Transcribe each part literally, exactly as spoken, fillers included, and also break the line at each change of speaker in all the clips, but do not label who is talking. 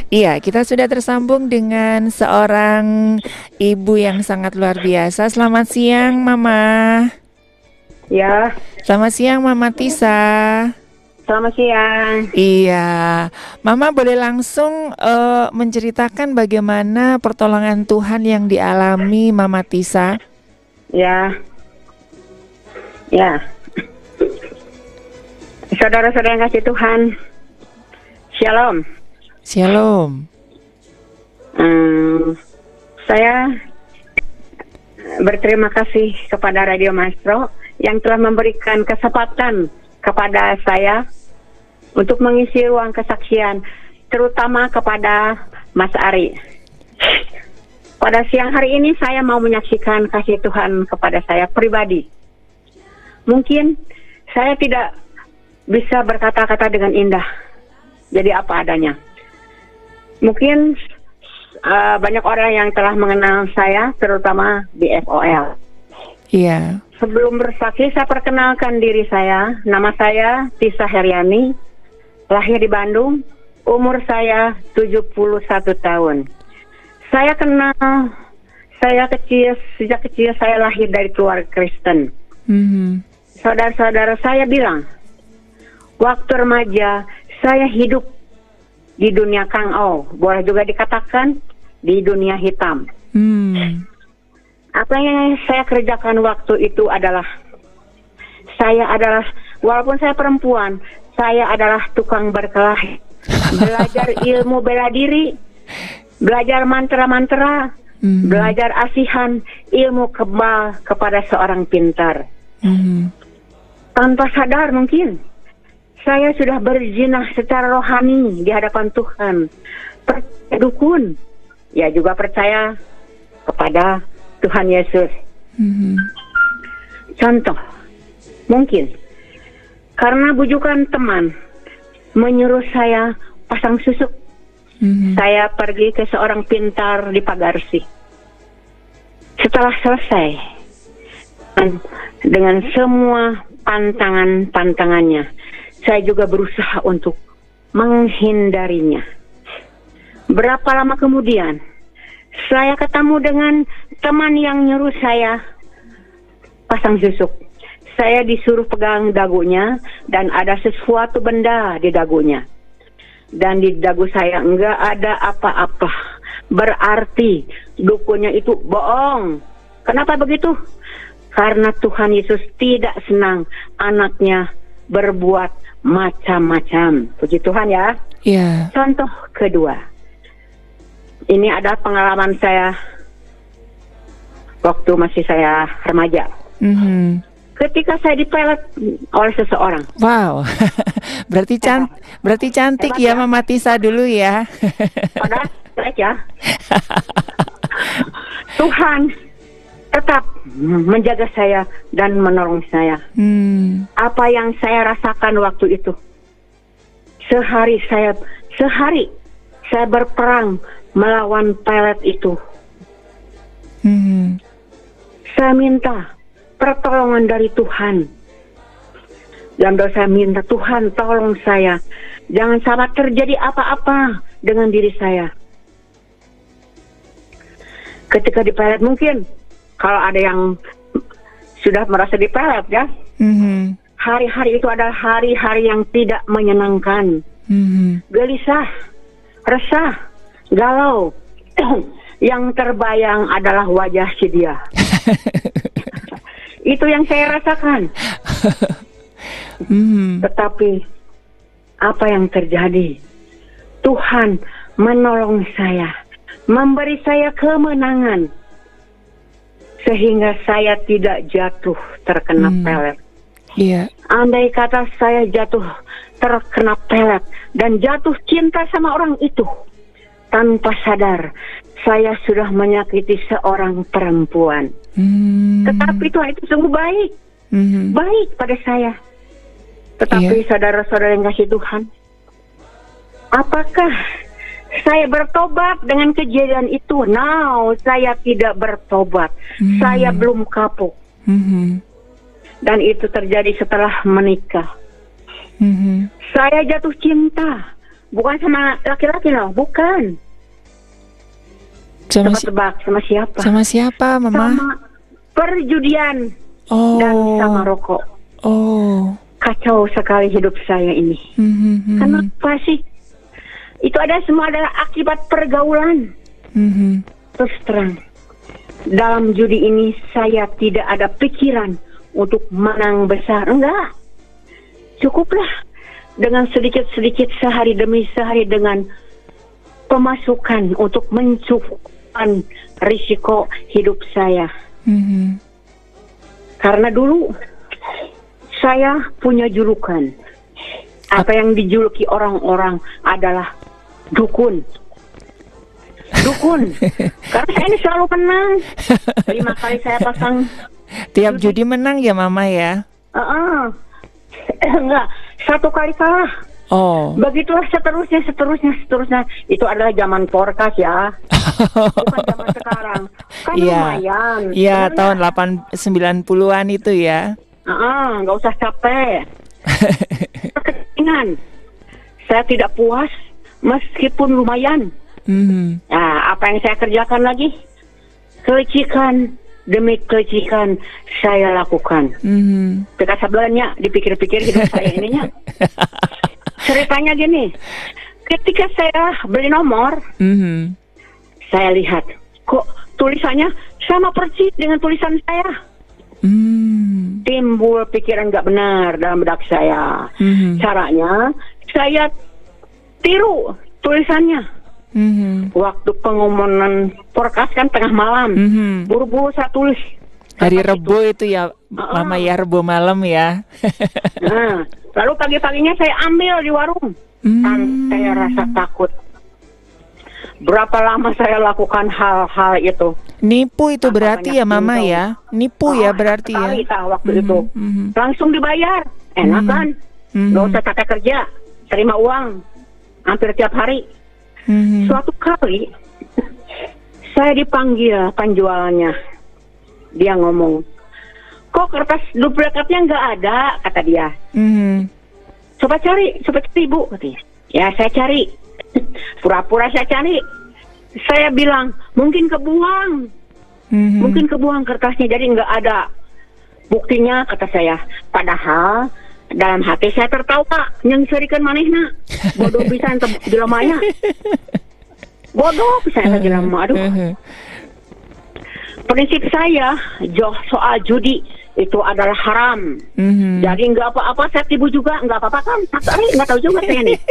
Iya, kita sudah tersambung dengan seorang ibu yang sangat luar biasa. Selamat siang, Mama.
Ya,
Selamat siang, Mama Tisa.
selamat siang.
Iya, Mama boleh langsung uh, menceritakan bagaimana pertolongan Tuhan yang dialami Mama Tisa?
Ya, ya. Saudara-saudara yang kasih Tuhan, Shalom.
Shalom.
Hmm, saya berterima kasih kepada Radio Maestro yang telah memberikan kesempatan kepada saya untuk mengisi ruang kesaksian, terutama kepada Mas Ari. Pada siang hari ini saya mau menyaksikan kasih Tuhan kepada saya pribadi. Mungkin saya tidak bisa berkata-kata dengan indah, jadi apa adanya. Mungkin uh, banyak orang yang telah mengenal saya, terutama di F O L.
Iya.
Sebelum bersaksi, saya perkenalkan diri saya. Nama saya Tisa Heriani, lahir di Bandung, umur saya tujuh puluh satu tahun. Saya kenal, saya kecil, sejak kecil saya lahir dari keluarga Kristen.
Mm-hmm.
Saudara-saudara saya bilang, waktu remaja saya hidup di dunia Kang-O, boleh juga dikatakan di dunia hitam.
Hmm.
Apa yang saya kerjakan waktu itu adalah, saya adalah, walaupun saya perempuan, saya adalah tukang berkelahi. Belajar ilmu bela diri, belajar mantra-mantra, hmm. belajar asihan, ilmu kebal kepada seorang pintar.
Hmm. Tanpa
sadar mungkin, saya sudah berzina secara rohani di hadapan Tuhan. Percaya dukun, ya juga percaya kepada Tuhan Yesus.
Mm-hmm.
Contoh, mungkin karena bujukan teman menyuruh saya pasang susuk, mm-hmm. saya pergi ke seorang pintar di Pagarsi. Setelah selesai dengan, dengan semua pantangan-pantangannya, saya juga berusaha untuk menghindarinya. Berapa lama kemudian, saya ketemu dengan teman yang nyuruh saya pasang susuk. Saya disuruh pegang dagunya dan ada sesuatu benda di dagunya. Dan di dagu saya enggak ada apa-apa. Berarti dukunnya itu bohong. Kenapa begitu? Karena Tuhan Yesus tidak senang anaknya berbuat macam-macam. Puji Tuhan ya.
Yeah.
Contoh kedua, ini adalah pengalaman saya waktu masih saya remaja.
Mm-hmm.
Ketika saya dipelet oleh seseorang.
Wow, berarti can, berarti cantik ya, ya Mama Tisa dulu ya.
Padahal jelek ya. Tuhan tetap menjaga saya dan menolong saya. Hmm. Apa yang saya rasakan waktu itu, sehari saya sehari saya berperang melawan pelet itu. Hmm. Saya minta pertolongan dari Tuhan. Dan doa saya minta, Tuhan tolong saya, jangan sampai terjadi apa-apa dengan diri saya. Ketika dipelet mungkin, kalau ada yang sudah merasa dipelet ya, mm-hmm. hari-hari itu adalah hari-hari yang tidak menyenangkan, mm-hmm. gelisah, resah, galau. Yang terbayang adalah wajah si dia. Itu yang saya rasakan. mm-hmm. Tetapi apa yang terjadi? Tuhan menolong saya, memberi saya kemenangan, sehingga saya tidak jatuh terkena hmm. pelet.
Yeah.
Andai kata saya jatuh terkena pelet dan jatuh cinta sama orang itu, tanpa sadar saya sudah menyakiti seorang perempuan. Hmm. Tetapi Tuhan itu sungguh baik, hmm. baik pada saya. Tetapi yeah. saudara-saudara yang kasih Tuhan, apakah saya bertobat dengan kejadian itu? No, saya tidak bertobat. Mm-hmm. Saya belum kapok. Mm-hmm. Dan itu terjadi setelah menikah. Mm-hmm. Saya jatuh cinta bukan sama laki-laki loh, bukan.
Sama,
Coba
si-
tebak sama siapa?
sama siapa, Mama?
Sama perjudian
Oh.
dan sama rokok.
Oh.
Kacau sekali hidup saya ini.
Hmm, hmm, hmm,
Kenapa sih? Itu ada semua adalah akibat pergaulan.
hmm, hmm.
Terus terang, dalam judi ini saya tidak ada pikiran untuk menang besar. Enggak. Cukuplah dengan sedikit-sedikit sehari demi sehari dengan pemasukan untuk mencukupkan risiko hidup saya.
Hmm, hmm.
Karena dulu saya punya julukan. Apa yang dijuluki orang-orang adalah dukun. Dukun. Karena saya ini selalu menang. Lima kali saya pasang.
Tiap judi menang ya, Mama ya?
Uh-uh. Enggak, satu kali kalah.
Oh.
Begitulah seterusnya, seterusnya, seterusnya. Itu adalah zaman porkas ya. Bukan zaman sekarang. Kan
Iya.
lumayan.
Iya,
Bener
tahun
nggak?
delapan sembilan puluhan itu ya.
Ah, nggak usah capek. Kepentingan. Saya tidak puas meskipun lumayan.
Hmm.
Nah, apa yang saya kerjakan lagi? Kelicikan demi kelicikan saya lakukan.
Hmm.
Peka sebenarnya dipikir-pikir hidup saya ininya. Ceritanya gini, ketika saya beli nomor,
Hmm.
saya lihat kok tulisannya sama persis dengan tulisan saya.
Hmm.
Timbul pikiran nggak benar dalam benak saya.
Hmm.
Caranya saya tiru tulisannya.
Hmm.
Waktu pengumuman forecast kan tengah malam,
Hmm.
buru-buru saya tulis.
Hari
Apa
Rebo itu ya, Mama ya, Rebo malam ya.
Nah, lalu pagi-paginya saya ambil di warung.
Hmm.
Kan saya rasa takut. Berapa lama saya lakukan hal-hal itu?
Nipu itu
Apa
berarti
banyak
ya, Mama
bintang.
ya? Nipu ya
Ah,
berarti ya?
sekali tah waktu
Mhm,
itu.
mhm.
Langsung dibayar. Enak
Mhm.
kan?
Mhm.
Nggak usah capek kerja. Terima uang. Hampir tiap hari.
Mhm.
Suatu kali, saya dipanggil penjualnya. Dia ngomong, kok kertas duplikatnya nggak ada, kata dia.
Mhm.
Coba cari, coba cari Bu, katanya. Ya saya cari. Pura-pura saya cari. Saya bilang, mungkin kebuang.
Mhm.
Mungkin kebuang kertasnya, jadi nggak ada buktinya, kata saya. Padahal dalam hati saya tertawa, nyengserikan manehna. Bodoh bisa ente jelemanya. Bodoh bisa ente jelema. Aduh.
Mhm.
Prinsip saya, joh soal judi itu adalah haram.
Mhm.
Jadi nggak apa-apa, saya tipu juga, nggak apa-apa kan? Tapi nggak tahu juga saya nih.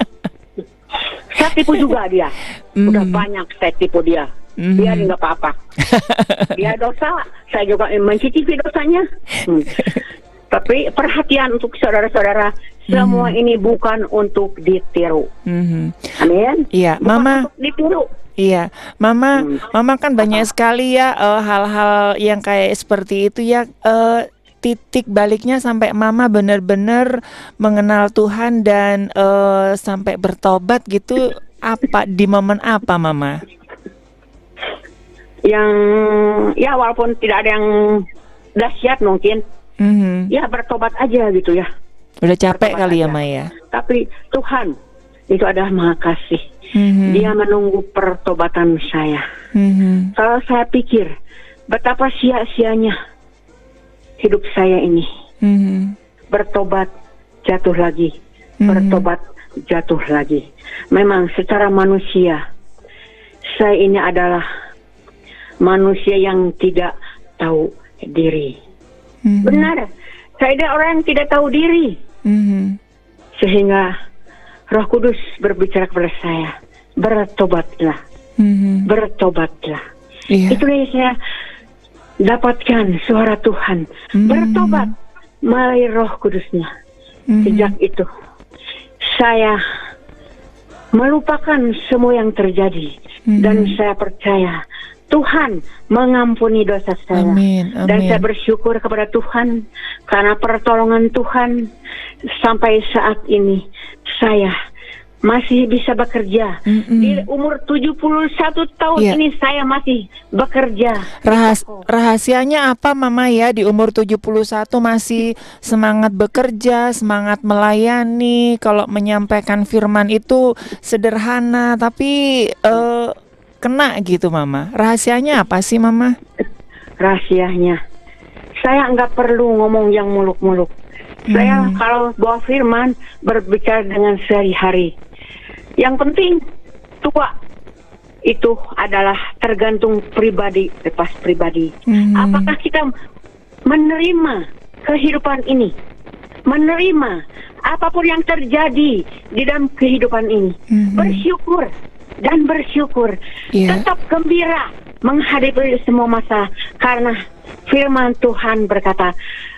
Saya tipu juga dia. Udah
Mhm.
banyak saya tipu dia.
Mhm.
Dia nggak apa-apa. Dia dosa, saya juga mencicipi dosanya. Hmm. Tapi perhatian untuk saudara-saudara, semua ini bukan untuk ditiru.
Mhm.
Amin.
Iya,
Bukan
Mama.
untuk ditiru.
Iya, Mama,
Hmm.
Mama kan banyak sekali ya eh, hal-hal yang kayak seperti itu ya. eh, titik baliknya sampai Mama benar-benar mengenal Tuhan dan eh, sampai bertobat gitu. Apa di momen apa, Mama?
Yang ya walaupun tidak ada yang dahsyat mungkin,
Mhm.
ya bertobat aja gitu ya.
Udah capek
Bertobat
kali ya,
aja.
Ma ya.
Tapi Tuhan itu adalah Maha Kasih.
Mhm.
Dia menunggu pertobatan saya.
Mhm.
Kalau saya pikir betapa sia-sianya hidup saya ini,
Mhm.
bertobat jatuh lagi,
Mhm.
bertobat jatuh lagi. Memang secara manusia, saya ini adalah manusia yang tidak tahu diri.
Mhm.
Benar, saya adalah orang yang tidak tahu diri.
Mhm.
Sehingga Roh Kudus berbicara kepada saya, bertobatlah,
Mhm.
bertobatlah.
Iya.
Itulah yang saya dapatkan suara Tuhan,
Hmm.
bertobat melalui Roh Kudusnya.
Mhm.
Sejak itu saya melupakan semua yang terjadi
Mhm.
dan saya percaya Tuhan mengampuni dosa saya.
Amin,
Dan
amin.
saya bersyukur kepada Tuhan karena pertolongan Tuhan sampai saat ini saya masih bisa bekerja.
Mm-mm.
Di umur tujuh puluh satu tahun
Iya.
ini saya masih bekerja.
Rahas rahasianya apa Mama ya, di umur tujuh puluh satu masih semangat bekerja, semangat melayani, kalau menyampaikan firman itu sederhana tapi eh, kena gitu Mama. Rahasianya apa sih Mama?
Rahasianya, saya nggak perlu ngomong yang muluk-muluk. Saya
Hmm.
kalau bawa firman berbicara dengan sehari-hari. Yang penting tua itu adalah tergantung pribadi, lepas pribadi.
Hmm.
Apakah kita menerima kehidupan ini? Menerima apapun yang terjadi di dalam kehidupan ini.
Mhm.
Bersyukur dan bersyukur.
Iya.
Tetap gembira menghadapi semua masa. Karena firman Tuhan berkata,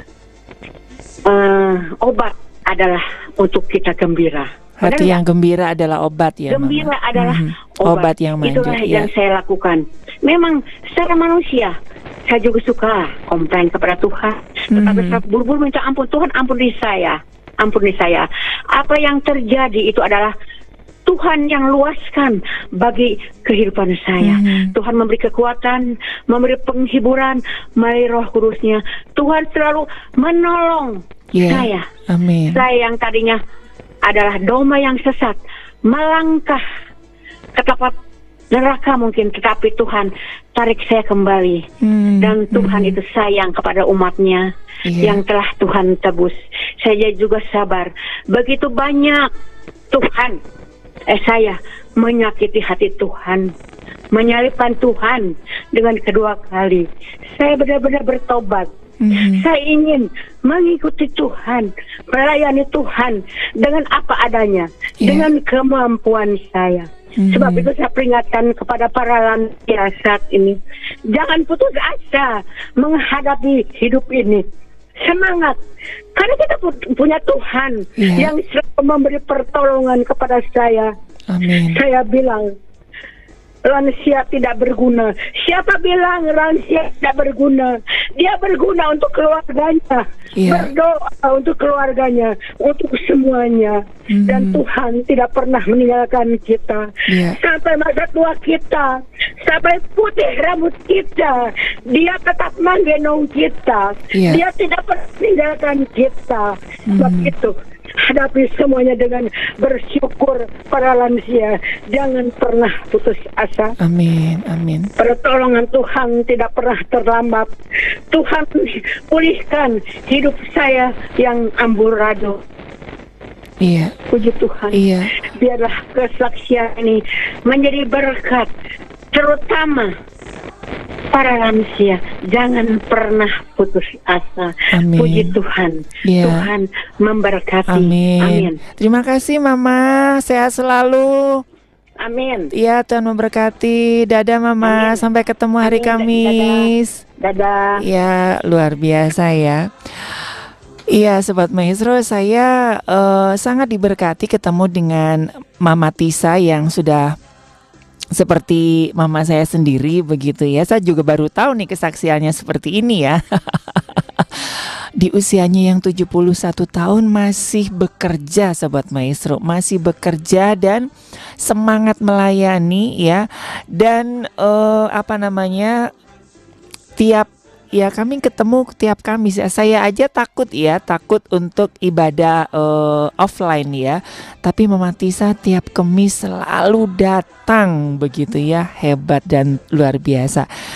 eh, obat adalah untuk kita gembira.
Hati
Benar
yang gembira adalah obat ya
Gembira
Mama.
adalah
Mhm.
obat.
Obat yang manja.
Itulah
Ya.
yang saya lakukan. Memang secara manusia saya juga suka komplain kepada Tuhan. Tetapi
Mhm.
saya buru-buru minta ampun. Tuhan ampuni saya. Ampuni saya. Apa yang terjadi itu adalah Tuhan yang luaskan bagi kehidupan saya.
Mhm.
Tuhan memberi kekuatan, memberi penghiburan melalui Roh Kudus-Nya. Tuhan selalu menolong
Ya.
saya.
Amin.
Saya yang tadinya adalah domba yang sesat, melangkah ke tempat neraka mungkin, tetapi Tuhan tarik saya kembali.
Hmm.
Dan Tuhan
Mhm.
itu sayang kepada umatnya
Iya.
yang telah Tuhan tebus. Saya juga sabar. Begitu banyak Tuhan, eh saya menyakiti hati Tuhan, menyalibkan Tuhan dengan kedua kali. Saya benar-benar bertobat.
Mhm.
Saya ingin mengikuti Tuhan, melayani Tuhan dengan apa adanya,
Iya.
dengan kemampuan saya.
Mhm.
Sebab itu saya peringatkan kepada para lansia saat ini, jangan putus asa menghadapi hidup ini. Semangat, karena kita pu- punya Tuhan
Iya.
yang selalu memberi pertolongan kepada saya.
Amin.
Saya bilang, lansia tidak berguna. Siapa bilang lansia tidak berguna? Dia berguna untuk keluarganya.
Iya.
Berdoa untuk keluarganya, untuk semuanya.
Mhm.
Dan Tuhan tidak pernah meninggalkan kita.
Iya.
Sampai masa tua kita, sampai putih rambut kita, Dia tetap menggendong kita.
Iya.
Dia tidak pernah meninggalkan kita. Sebab
Mhm.
itu, hadapi semuanya dengan bersyukur para lansia. Jangan pernah putus asa.
Amin. Amin.
Pertolongan Tuhan tidak pernah terlambat. Tuhan pulihkan hidup saya yang amburadul.
Iya.
Puji Tuhan.
Iya.
Biarlah kesaksian ini menjadi berkat, terutama para lansia. Jangan pernah putus asa.
Amin.
Puji Tuhan.
Iya.
Tuhan memberkati.
Amin.
Amin.
Terima kasih Mama, sehat selalu.
Amin.
Iya, Tuhan memberkati. Dadah Mama,
Amin.
sampai ketemu hari
Amin.
Kamis.
Dadah.
Ya, luar biasa ya. Iya, Sobat Maestro, saya eh, sangat diberkati ketemu dengan Mama Tisa yang sudah seperti mama saya sendiri begitu ya. Saya juga baru tahu nih kesaksiannya seperti ini ya. Di usianya yang tujuh puluh satu tahun masih bekerja Sobat Maestro, masih bekerja dan semangat melayani ya. Dan eh, apa namanya, tiap ya kami ketemu tiap Kamis ya. Saya aja takut ya, takut untuk ibadah eh, offline ya. Tapi Mama Tisa tiap Kamis selalu datang begitu ya, hebat dan luar biasa.